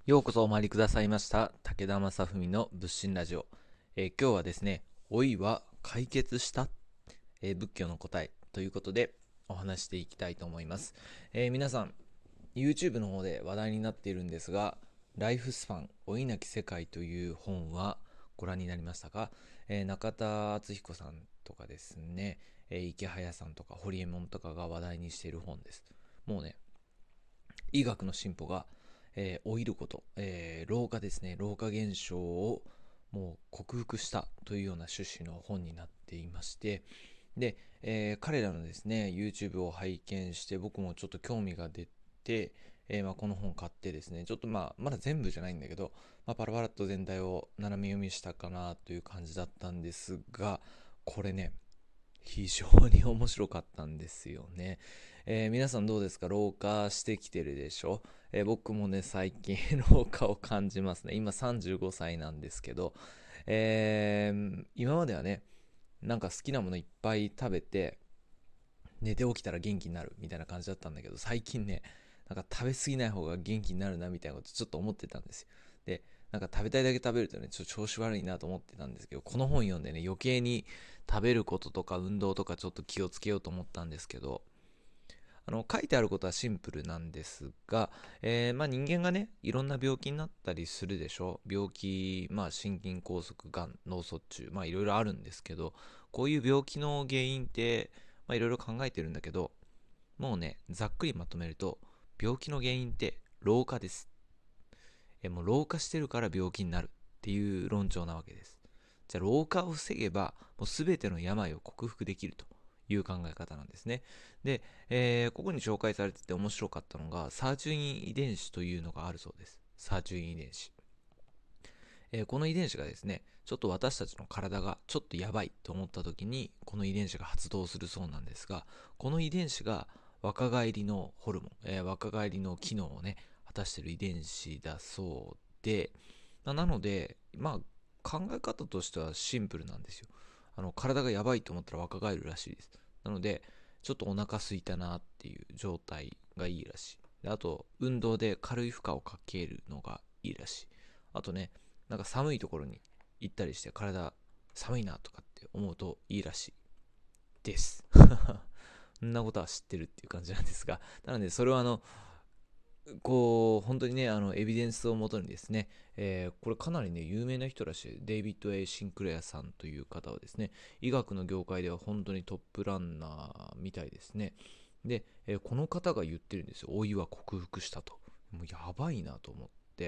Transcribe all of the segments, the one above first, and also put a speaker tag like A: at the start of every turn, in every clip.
A: ようこそお参りくださいました武田正文の仏心ラジオ。今日はですね、老いは解決した、仏教の答えということでお話していきたいと思います。皆さん YouTube の方で話題になっているんですが、ライフスパン老いなき世界という本はご覧になりましたか？中田敦彦さんとかですね、池早さんとか堀江門とかが話題にしている本です。もうね、医学の進歩が、老いること、老化ですね、老化現象をもう克服したというような趣旨の本になっていまして、で、彼らのですね YouTube を拝見して僕もちょっと興味が出て、この本買ってですね、ちょっとまだ全部じゃないんだけど、パラパラっと全体を斜め読みしたかなという感じだったんですが、これね、非常に面白かったんですよね。皆さんどうですか？老化してきてるでしょ？僕もね、最近老化を感じますね。今35歳なんですけど、今まではね、なんか好きなものいっぱい食べて、寝て起きたら元気になるみたいな感じだったんだけど、最近ね、なんか食べ過ぎない方が元気になるなみたいなことちょっと思ってたんですよ。で、なんか食べたいだけ食べるとね、ちょっと調子悪いなと思ってたんですけど、この本読んでね、余計に食べることとか運動とかちょっと気をつけようと思ったんですけど、書いてあることはシンプルなんですが、人間がね、いろんな病気になったりするでしょ。病気、心筋梗塞、がん、脳卒中、いろいろあるんですけど、こういう病気の原因って、いろいろ考えてるんだけど、もうね、ざっくりまとめると、病気の原因って老化です。もう老化してるから病気になるっていう論調なわけです。じゃあ老化を防げば、もう全ての病を克服できるという考え方なんですね。で、ここに紹介されてて面白かったのが、サーチュイン遺伝子というのがあるそうです。サーチュイン遺伝子。この遺伝子がですね、ちょっと私たちの体がちょっとやばいと思った時に、この遺伝子が発動するそうなんですが、この遺伝子が若返りのホルモン、若返りの機能をね、果たしている遺伝子だそうで、なので、考え方としてはシンプルなんですよ。体がやばいと思ったら若返るらしいです。なので、ちょっとお腹空いたなっていう状態がいいらしい。であと、運動で軽い負荷をかけるのがいいらしい。あとね、なんか寒いところに行ったりして体寒いなとかって思うといいらしいです。そんなことは知ってるっていう感じなんですが、なのでそれは本当にね、エビデンスをもとにですね、これかなりね、有名な人らしい、デイビッド・ A・ シンクレアさんという方はですね、医学の業界では本当にトップランナーみたいですね。で、この方が言ってるんですよ。老いは克服したと。もうやばいなと思って。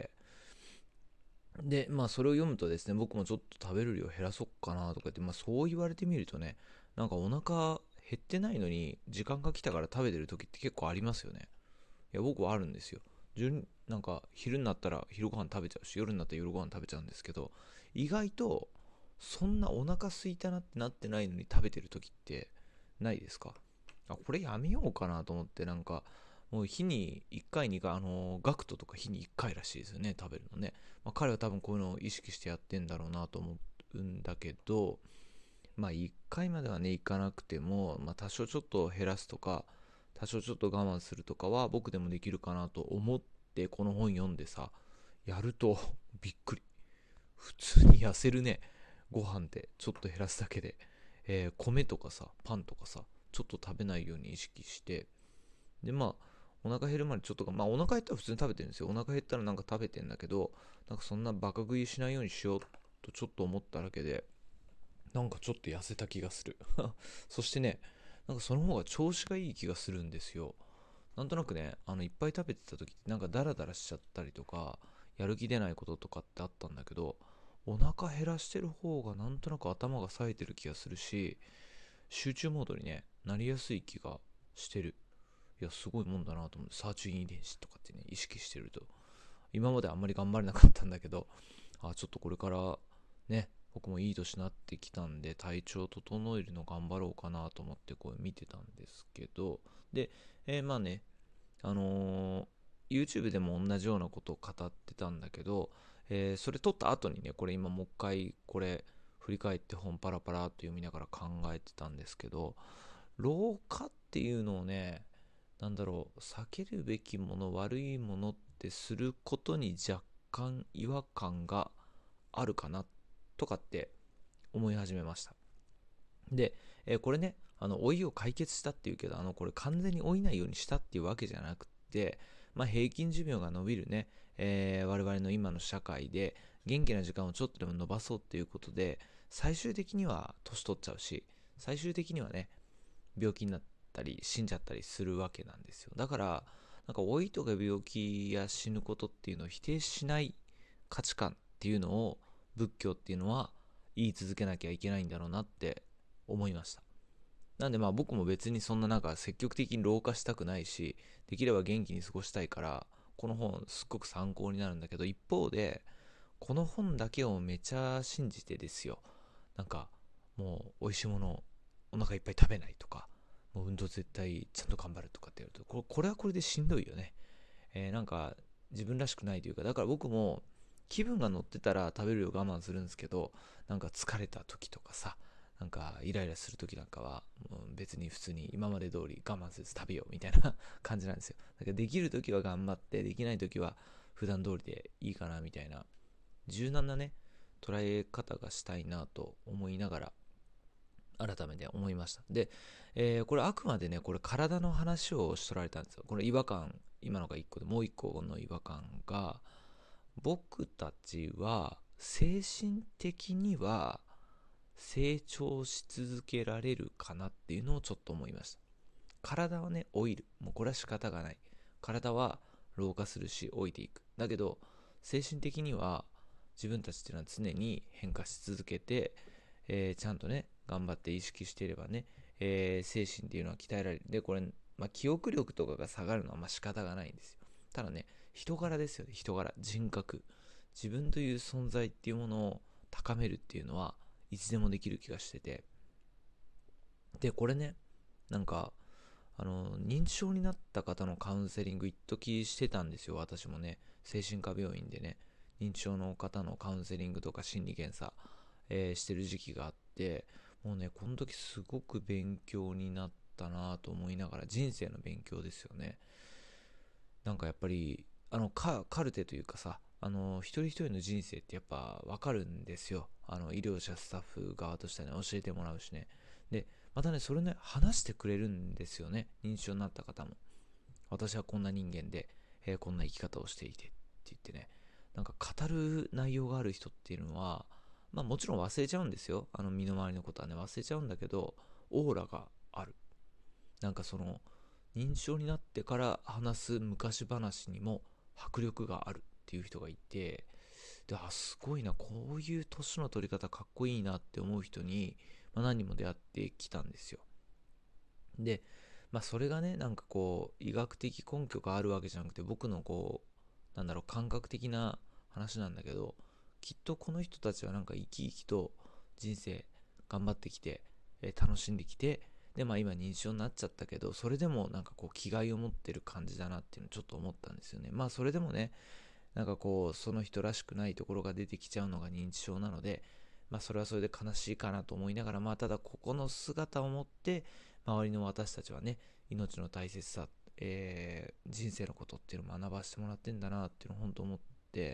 A: で、それを読むとですね、僕もちょっと食べる量減らそうかなとか言って、そう言われてみるとね、なんかお腹減ってないのに、時間が来たから食べてる時って結構ありますよね。いや、僕はあるんですよ。なんか昼になったら昼ご飯食べちゃうし、夜になったら夜ご飯食べちゃうんですけど、意外とそんなお腹空いたなってなってないのに食べてる時ってないですか？これやめようかなと思って、なんかもう日に1回2回、ガクトとか日に1回らしいですよね、食べるのね。彼は多分こういうのを意識してやってんだろうなと思うんだけど、1回まではねいかなくても、多少ちょっと減らすとか、多少ちょっと我慢するとかは僕でもできるかなと思って、この本読んでさ、やるとびっくり。普通に痩せるね。ご飯でちょっと減らすだけで、米とかさ、パンとかさ、ちょっと食べないように意識して、でお腹減るまでちょっとお腹減ったら普通に食べてるんですよ。お腹減ったらなんか食べてんだけど、なんかそんなバカ食いしないようにしようとちょっと思っただけで、なんかちょっと痩せた気がする。そしてね、なんかその方が調子がいい気がするんですよ。なんとなくね、いっぱい食べてた時ってなんかダラダラしちゃったりとか、やる気出ないこととかってあったんだけど、お腹減らしてる方がなんとなく頭が冴えてる気がするし、集中モードにね、なりやすい気がしてる。いや、すごいもんだなと思って、サーチュイン遺伝子とかってね、意識してると。今まであんまり頑張れなかったんだけど、ちょっとこれからね、僕もいい年になってきたんで、体調整えるの頑張ろうかなと思ってこう見てたんですけど、で、あのー YouTube でも同じようなことを語ってたんだけど、それ撮った後にね、これ今もう一回これ振り返って本パラパラと読みながら考えてたんですけど、老化っていうのをね、避けるべきもの、悪いものっってすることに若干違和感があるかなとかって思い始めました。で、これね、老いを解決したっていうけど、これ完全に老いないようにしたっていうわけじゃなくて、平均寿命が伸びるね、我々の今の社会で元気な時間をちょっとでも伸ばそうっていうことで、最終的には年取っちゃうし、最終的にはね、病気になったり死んじゃったりするわけなんですよ。だからなんか老いとか病気や死ぬことっていうのを否定しない価値観っていうのを仏教っていうのは言い続けなきゃいけないんだろうなって思いました。なんで僕も別にそんななんか積極的に老化したくないし、できれば元気に過ごしたいからこの本すっごく参考になるんだけど、一方でこの本だけをめちゃ信じてですよ、なんかもう美味しいものをお腹いっぱい食べないとか、もう運動絶対ちゃんと頑張るとかってやると、これはこれでしんどいよね。なんか自分らしくないというか、だから僕も気分が乗ってたら食べる量我慢するんですけど、なんか疲れた時とかさ、なんかイライラする時なんかはもう別に普通に今まで通り我慢せず食べようみたいな感じなんですよ。だからできる時は頑張って、できない時は普段通りでいいかなみたいな柔軟なね捉え方がしたいなと思いながら改めて思いました。で、これあくまでね、これ体の話をしとられたんですよ。これ違和感、今のが1個で、もう1個の違和感が、僕たちは精神的には成長し続けられるかなっていうのをちょっと思いました。体はね、老いる。もうこれは仕方がない。体は老化するし、老いていく。だけど、精神的には自分たちっていうのは常に変化し続けて、ちゃんとね頑張って意識していればね、精神っていうのは鍛えられる。でこれ、記憶力とかが下がるのは仕方がないんですよ。ただね、人柄ですよね。人柄、人格、自分という存在っていうものを高めるっていうのはいつでもできる気がしてて、でこれね、なんか認知症になった方のカウンセリング一時してたんですよ。私もね、精神科病院でね、認知症の方のカウンセリングとか心理検査、してる時期があって、もうねこの時すごく勉強になったなと思いながら、人生の勉強ですよね。なんかやっぱりカルテというかさ、一人一人の人生ってやっぱ分かるんですよ。医療者スタッフ側としてはね教えてもらうしね。でまたねそれね話してくれるんですよね、認知症になった方も。私はこんな人間で、こんな生き方をしていてって言ってね、なんか語る内容がある人っていうのは、もちろん忘れちゃうんですよ。身の回りのことはね忘れちゃうんだけど、オーラがある。なんかその認知症になってから話す昔話にも迫力があるっていう人がいて、すごいな、こういう年の取り方かっこいいなって思う人に、何人も出会ってきたんですよ。で、それがね、なんかこう医学的根拠があるわけじゃなくて、僕のこうなんだろう感覚的な話なんだけど、きっとこの人たちはなんか生き生きと人生頑張ってきて、楽しんできて、で今認知症になっちゃったけど、それでもなんかこう気概を持ってる感じだなっていうのをちょっと思ったんですよね。それでもね、なんかこうその人らしくないところが出てきちゃうのが認知症なので、それはそれで悲しいかなと思いながら、ただここの姿を持って周りの私たちはね、命の大切さ、人生のことっていうのを学ばせてもらってんだなっていうのを本当思って、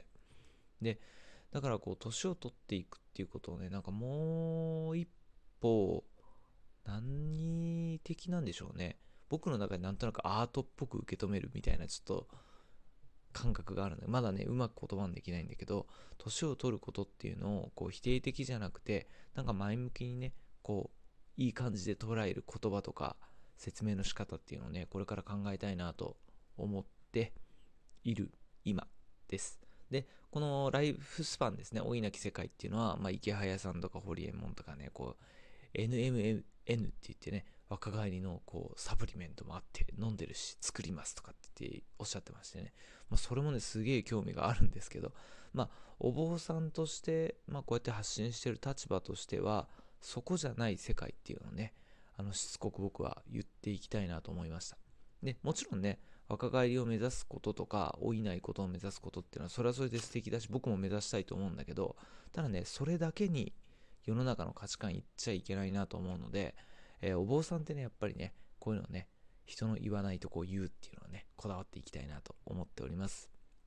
A: でだからこう年を取っていくっていうことをね、なんかもう一歩、何的なんでしょうね、僕の中でなんとなくアートっぽく受け止めるみたいなちょっと感覚があるので、まだねうまく言葉にできないんだけど、年を取ることっていうのをこう否定的じゃなくて、なんか前向きにね、こういい感じで捉える言葉とか説明の仕方っていうのをね、これから考えたいなと思っている今です。でこのライフスパンですね、老いなき世界っていうのは、池早さんとかホリエモンとかね、こう NMN って言ってね、若返りのこうサプリメントもあって飲んでるし作りますとかっておっしゃってましてね、それもねすげえ興味があるんですけど、お坊さんとして、こうやって発信してる立場としてはそこじゃない世界っていうのをね、しつこく僕は言っていきたいなと思いました。でもちろんね、若返りを目指すこととか老いないことを目指すことっていうのはそれはそれで素敵だし、僕も目指したいと思うんだけど、ただねそれだけに世の中の価値観いっちゃいけないなと思うので、お坊さんってねやっぱりねこういうのをね、人の言わないとこう言うっていうのはねこだわっていきたいなと思っております。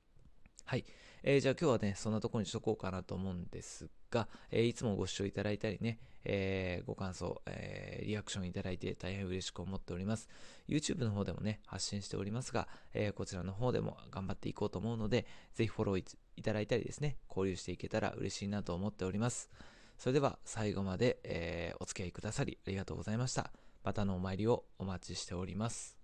A: はい。じゃあ今日はね、そんなところにしとこうかなと思うんですが、いつもご視聴いただいたりね、ご感想、リアクションいただいて大変嬉しく思っております。YouTube の方でもね、発信しておりますが、こちらの方でも頑張っていこうと思うので、ぜひフォローいただいたりですね、交流していけたら嬉しいなと思っております。それでは最後まで、お付き合いくださりありがとうございました。またのお参りをお待ちしております。